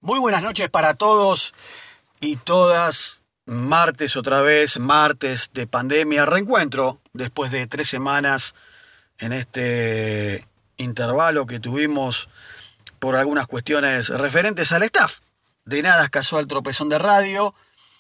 Muy buenas noches para todos y todas. Martes otra vez, martes de pandemia, reencuentro después de 3 semanas en este intervalo que tuvimos por algunas cuestiones referentes al staff. De nada es casual Tropezón de Radio.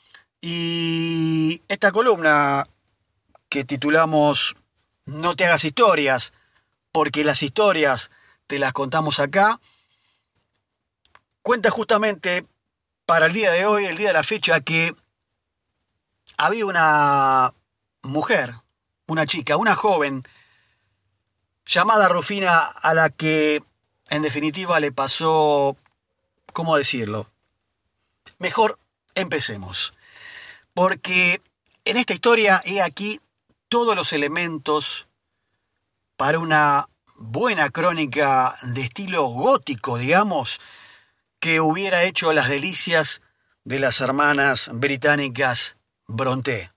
Y esta columna que titulamos No te hagas historias, porque las historias te las contamos acá, cuenta justamente para el día de hoy, el día de la fecha, que había una mujer, una chica, una joven llamada Rufina, a la que en definitiva le pasó, ¿cómo decirlo? Mejor empecemos, porque en esta historia he aquí todos los elementos para una buena crónica de estilo gótico, digamos, que hubiera hecho las delicias de las hermanas británicas Brontë.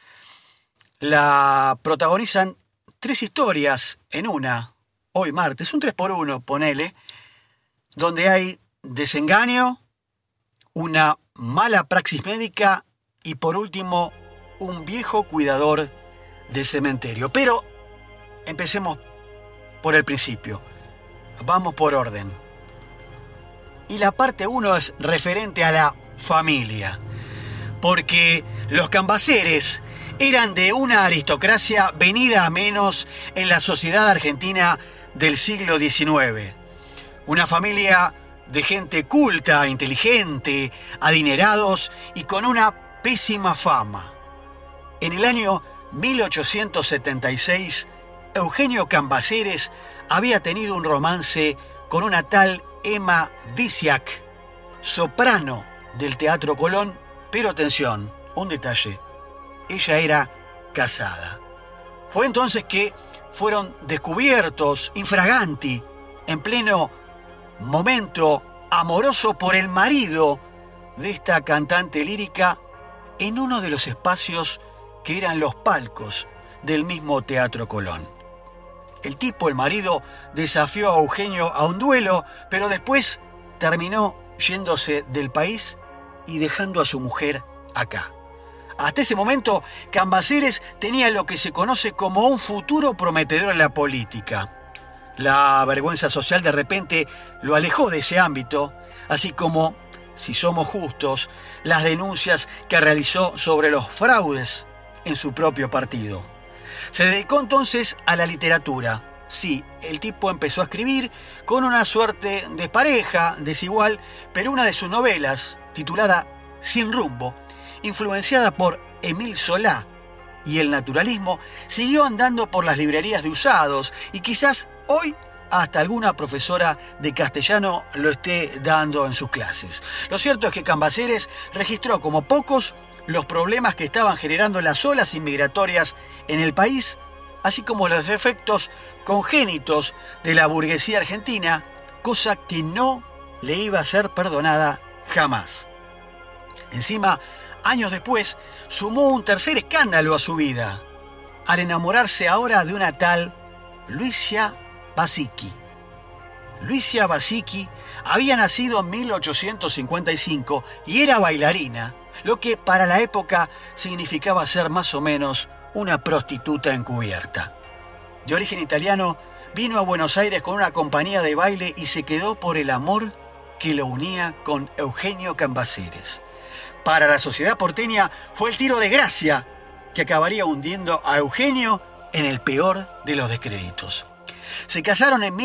La protagonizan 3 historias en una, hoy martes, un 3x1, ponele, donde hay desengaño, una mala praxis médica y por último, un viejo cuidador de cementerio. Pero empecemos por el principio, vamos por orden. Y la parte 1 es referente a la familia, porque los Cambaceres eran de una aristocracia venida a menos en la sociedad argentina del siglo XIX. Una familia de gente culta, inteligente, adinerados y con una pésima fama. En el año 1876, Eugenio Cambaceres había tenido un romance con una tal Emma Visiak, soprano del Teatro Colón, pero atención, un detalle, ella era casada. Fue entonces que fueron descubiertos infraganti, en pleno momento amoroso por el marido de esta cantante lírica, en uno de los espacios que eran los palcos del mismo Teatro Colón. El tipo, el marido, desafió a Eugenio a un duelo, pero después terminó yéndose del país y dejando a su mujer acá. Hasta ese momento, Cambaceres tenía lo que se conoce como un futuro prometedor en la política. La vergüenza social de repente lo alejó de ese ámbito, así como, si somos justos, las denuncias que realizó sobre los fraudes en su propio partido. Se dedicó entonces a la literatura. Sí, el tipo empezó a escribir con una suerte de pareja desigual, pero una de sus novelas, titulada Sin rumbo, influenciada por Émile Zola y el naturalismo, siguió andando por las librerías de usados y quizás hoy hasta alguna profesora de castellano lo esté dando en sus clases. Lo cierto es que Cambaceres registró como pocos los problemas que estaban generando las olas inmigratorias en el país, así como los defectos congénitos de la burguesía argentina, cosa que no le iba a ser perdonada jamás. Encima, años después, sumó un tercer escándalo a su vida, al enamorarse ahora de una tal Luisa Basicki. Luisa Basicki había nacido en 1855 y era bailarina, lo que para la época significaba ser más o menos una prostituta encubierta. De origen italiano, vino a Buenos Aires con una compañía de baile y se quedó por el amor que lo unía con Eugenio Cambaceres. Para la sociedad porteña fue el tiro de gracia que acabaría hundiendo a Eugenio en el peor de los descréditos. Se casaron en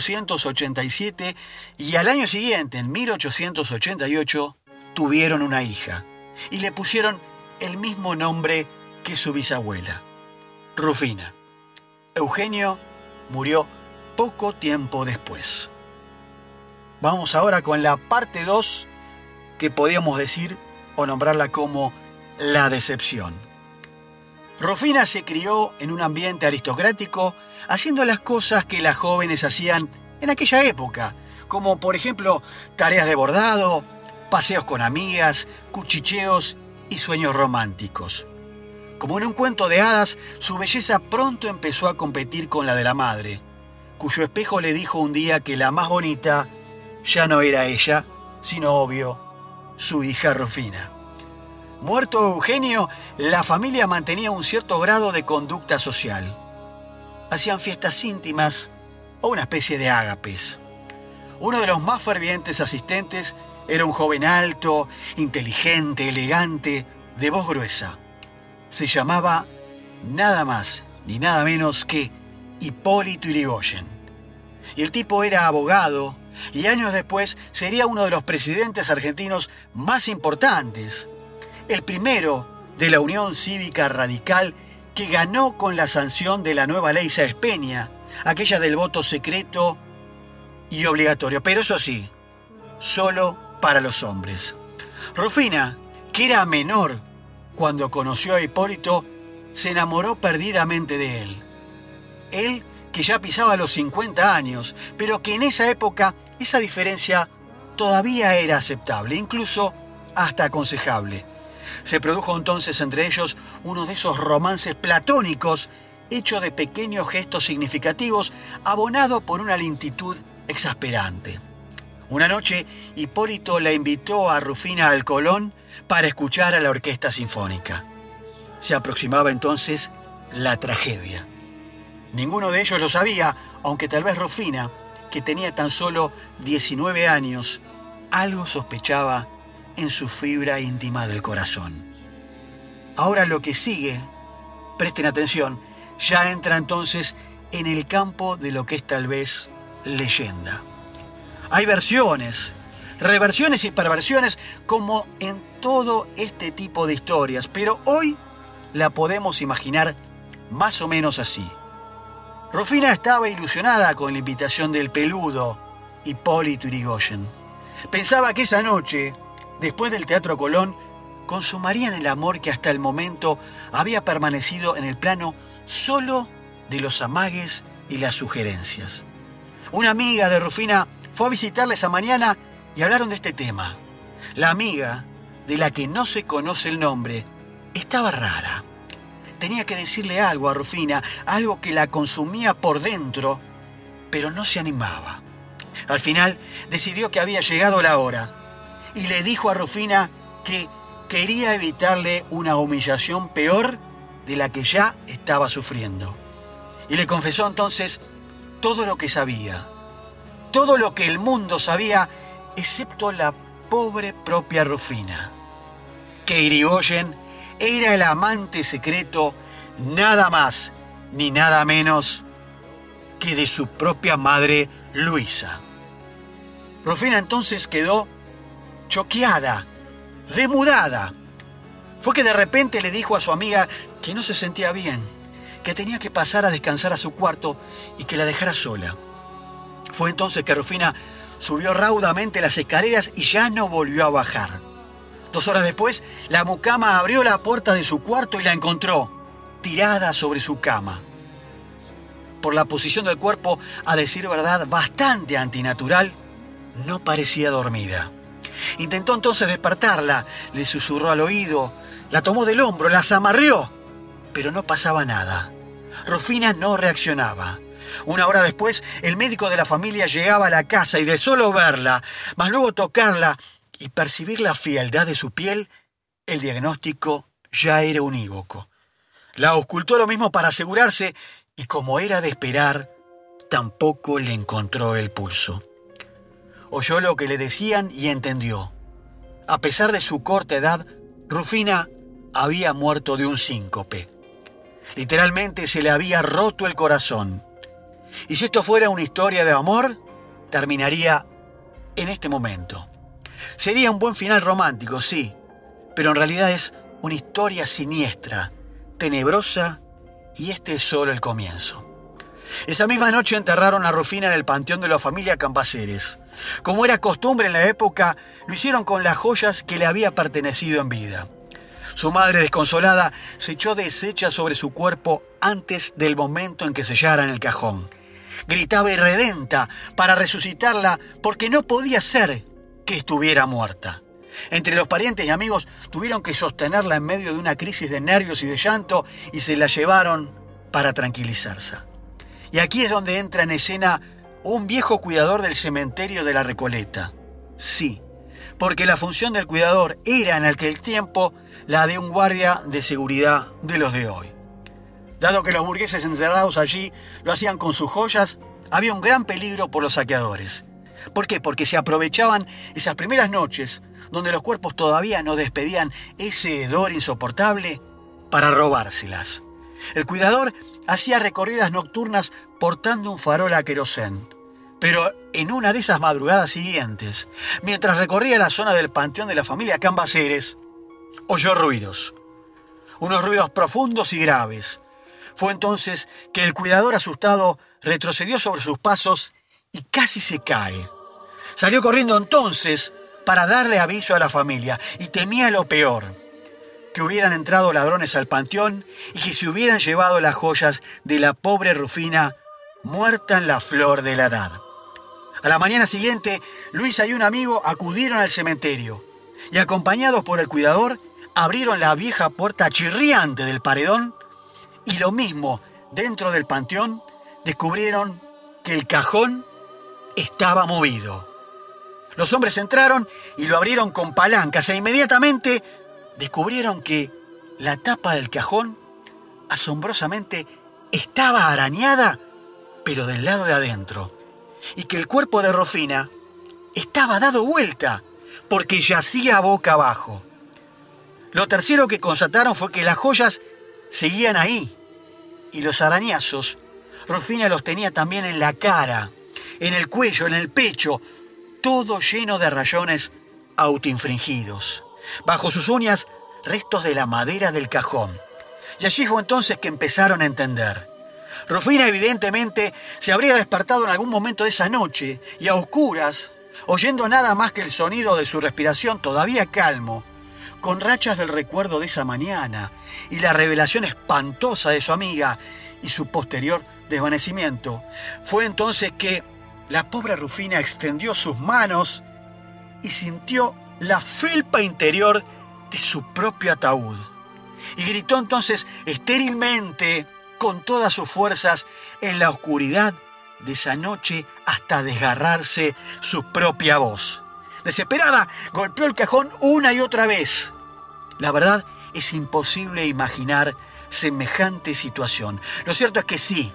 1887 y al año siguiente, en 1888, tuvieron una hija y le pusieron el mismo nombre que su bisabuela, Rufina. Eugenio murió poco tiempo después. Vamos ahora con la parte 2, que podríamos decir o nombrarla como la decepción. Rufina se crió en un ambiente aristocrático, haciendo las cosas que las jóvenes hacían en aquella época, como por ejemplo tareas de bordado, paseos con amigas, cuchicheos y sueños románticos. Como en un cuento de hadas, su belleza pronto empezó a competir con la de la madre, cuyo espejo le dijo un día que la más bonita ya no era ella, sino obvio, su hija Rufina. Muerto Eugenio, la familia mantenía un cierto grado de conducta social. Hacían fiestas íntimas o una especie de ágapes. Uno de los más fervientes asistentes era un joven alto, inteligente, elegante, de voz gruesa. Se llamaba nada más ni nada menos que Hipólito Yrigoyen. Y el tipo era abogado y años después sería uno de los presidentes argentinos más importantes. El primero de la Unión Cívica Radical que ganó con la sanción de la nueva ley Sáenz Peña, aquella del voto secreto y obligatorio, pero eso sí, solo para los hombres. Rufina, que era menor cuando conoció a Hipólito, se enamoró perdidamente de él. Él, que ya pisaba los 50 años, pero que en esa época esa diferencia todavía era aceptable, incluso hasta aconsejable. Se produjo entonces entre ellos uno de esos romances platónicos, hecho de pequeños gestos significativos, abonado por una lentitud exasperante. Una noche, Hipólito la invitó a Rufina al Colón para escuchar a la orquesta sinfónica. Se aproximaba entonces la tragedia. Ninguno de ellos lo sabía, aunque tal vez Rufina, que tenía tan solo 19 años, algo sospechaba en su fibra íntima del corazón. Ahora lo que sigue, presten atención, ya entra entonces en el campo de lo que es tal vez leyenda. Hay versiones, reversiones y perversiones como en todo este tipo de historias, pero hoy la podemos imaginar más o menos así. Rufina estaba ilusionada con la invitación del peludo Hipólito Yrigoyen. Pensaba que esa noche, después del Teatro Colón, consumarían el amor que hasta el momento había permanecido en el plano solo de los amagues y las sugerencias. Una amiga de Rufina fue a visitarla esa mañana y hablaron de este tema. La amiga, de la que no se conoce el nombre, estaba rara. Tenía que decirle algo a Rufina, algo que la consumía por dentro, pero no se animaba. Al final decidió que había llegado la hora y le dijo a Rufina que quería evitarle una humillación peor de la que ya estaba sufriendo. Y le confesó entonces todo lo que sabía, todo lo que el mundo sabía, excepto la pobre propia Rufina, que Yrigoyen era el amante secreto nada más ni nada menos que de su propia madre Luisa. Rufina entonces quedó choqueada, demudada. Fue que de repente le dijo a su amiga que no se sentía bien, que tenía que pasar a descansar a su cuarto y que la dejara sola. Fue entonces que Rufina subió raudamente las escaleras y ya no volvió a bajar. 2 horas después, la mucama abrió la puerta de su cuarto y la encontró tirada sobre su cama. Por la posición del cuerpo, a decir verdad, bastante antinatural, no parecía dormida. Intentó entonces despertarla, le susurró al oído, la tomó del hombro, la zamarreó, pero no pasaba nada. Rufina no reaccionaba. 1 hora después, el médico de la familia llegaba a la casa y de solo verla, más luego tocarla y percibir la frialdad de su piel, el diagnóstico ya era unívoco. La auscultó lo mismo para asegurarse y, como era de esperar, tampoco le encontró el pulso. Oyó lo que le decían y entendió. A pesar de su corta edad, Rufina había muerto de un síncope. Literalmente se le había roto el corazón. Y si esto fuera una historia de amor, terminaría en este momento. Sería un buen final romántico, sí, pero en realidad es una historia siniestra, tenebrosa, y este es solo el comienzo. Esa misma noche enterraron a Rufina en el panteón de la familia Cambaceres. Como era costumbre en la época, lo hicieron con las joyas que le había pertenecido en vida. Su madre, desconsolada, se echó deshecha sobre su cuerpo antes del momento en que sellara en el cajón. Gritaba irredenta para resucitarla porque no podía ser que estuviera muerta. Entre los parientes y amigos tuvieron que sostenerla en medio de una crisis de nervios y de llanto y se la llevaron para tranquilizarse. Y aquí es donde entra en escena un viejo cuidador del cementerio de la Recoleta. Sí, porque la función del cuidador era en aquel tiempo la de un guardia de seguridad de los de hoy. Dado que los burgueses encerrados allí lo hacían con sus joyas, había un gran peligro por los saqueadores. ¿Por qué? Porque se aprovechaban esas primeras noches donde los cuerpos todavía no despedían ese hedor insoportable para robárselas. El cuidador hacía recorridas nocturnas portando un farol a querosén. Pero en una de esas madrugadas siguientes, mientras recorría la zona del panteón de la familia Cambaceres, oyó ruidos. Unos ruidos profundos y graves. Fue entonces que el cuidador asustado retrocedió sobre sus pasos y casi se cae. Salió corriendo entonces para darle aviso a la familia y temía lo peor, que hubieran entrado ladrones al panteón y que se hubieran llevado las joyas de la pobre Rufina, muerta en la flor de la edad. A la mañana siguiente, Luisa y un amigo acudieron al cementerio y, acompañados por el cuidador, abrieron la vieja puerta chirriante del paredón y lo mismo dentro del panteón descubrieron que el cajón estaba movido. Los hombres entraron y lo abrieron con palancas e inmediatamente descubrieron que la tapa del cajón asombrosamente estaba arañada, pero del lado de adentro, y que el cuerpo de Rufina estaba dado vuelta porque yacía boca abajo. Lo tercero que constataron fue que las joyas seguían ahí y los arañazos Rufina los tenía también en la cara, en el cuello, en el pecho, todo lleno de rayones autoinfringidos. Bajo sus uñas, restos de la madera del cajón. Y allí fue entonces que empezaron a entender. Rufina evidentemente se habría despertado en algún momento de esa noche y a oscuras, oyendo nada más que el sonido de su respiración todavía calmo, con rachas del recuerdo de esa mañana y la revelación espantosa de su amiga y su posterior desvanecimiento. Fue entonces que la pobre Rufina extendió sus manos y sintió la felpa interior de su propio ataúd. Y gritó entonces estérilmente, con todas sus fuerzas, en la oscuridad de esa noche hasta desgarrarse su propia voz. Desesperada, golpeó el cajón una y otra vez. La verdad, es imposible imaginar semejante situación. Lo cierto es que sí,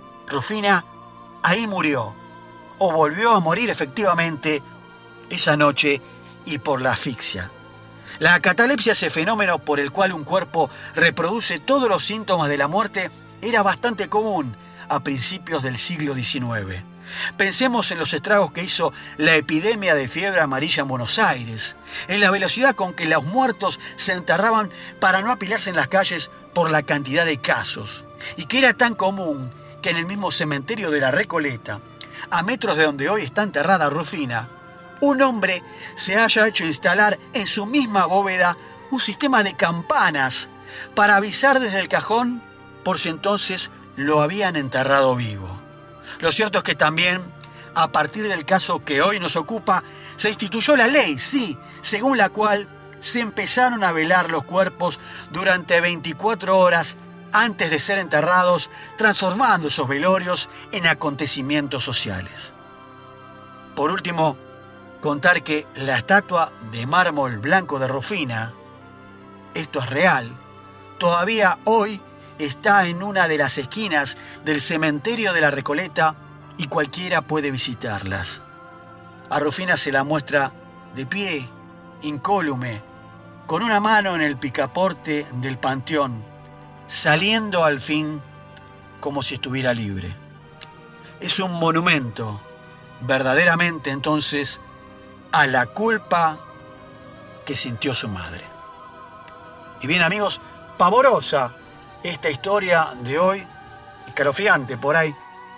Rufina ahí murió, o volvió a morir efectivamente esa noche y por la asfixia. La catalepsia, ese fenómeno por el cual un cuerpo reproduce todos los síntomas de la muerte, era bastante común a principios del siglo XIX. Pensemos en los estragos que hizo la epidemia de fiebre amarilla en Buenos Aires, en la velocidad con que los muertos se enterraban para no apilarse en las calles por la cantidad de casos, y que era tan común que en el mismo cementerio de la Recoleta, a metros de donde hoy está enterrada Rufina, un hombre se haya hecho instalar en su misma bóveda un sistema de campanas para avisar desde el cajón por si entonces lo habían enterrado vivo. Lo cierto es que también, a partir del caso que hoy nos ocupa, se instituyó la ley, sí, según la cual se empezaron a velar los cuerpos durante 24 horas antes de ser enterrados, transformando esos velorios en acontecimientos sociales. Por último, contar que la estatua de mármol blanco de Rufina, esto es real, todavía hoy está en una de las esquinas del cementerio de la Recoleta y cualquiera puede visitarlas. A Rufina se la muestra de pie, incólume, con una mano en el picaporte del panteón, saliendo al fin como si estuviera libre. Es un monumento, verdaderamente entonces, a la culpa que sintió su madre. Y bien, amigos, pavorosa esta historia de hoy, escalofriante por ahí,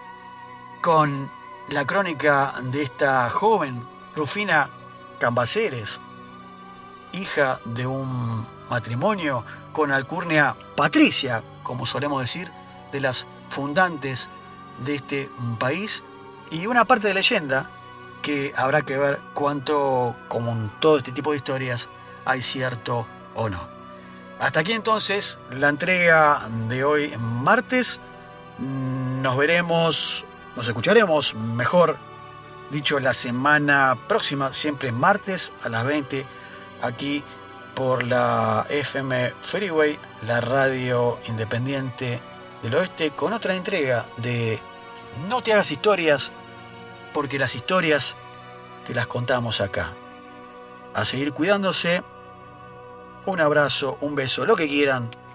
con la crónica de esta joven, Rufina Cambaceres, hija de un matrimonio con alcurnia Patricia, como solemos decir, de las fundantes de este país, y una parte de leyenda que habrá que ver cuánto, como en todo este tipo de historias, hay cierto o no. Hasta aquí entonces la entrega de hoy martes. Nos veremos, nos escucharemos mejor dicho la semana próxima, siempre martes a las 20, aquí por la FM Freeway, la radio independiente del oeste, con otra entrega de No te hagas historias, porque las historias te las contamos acá. A seguir cuidándose. Un abrazo, un beso, lo que quieran.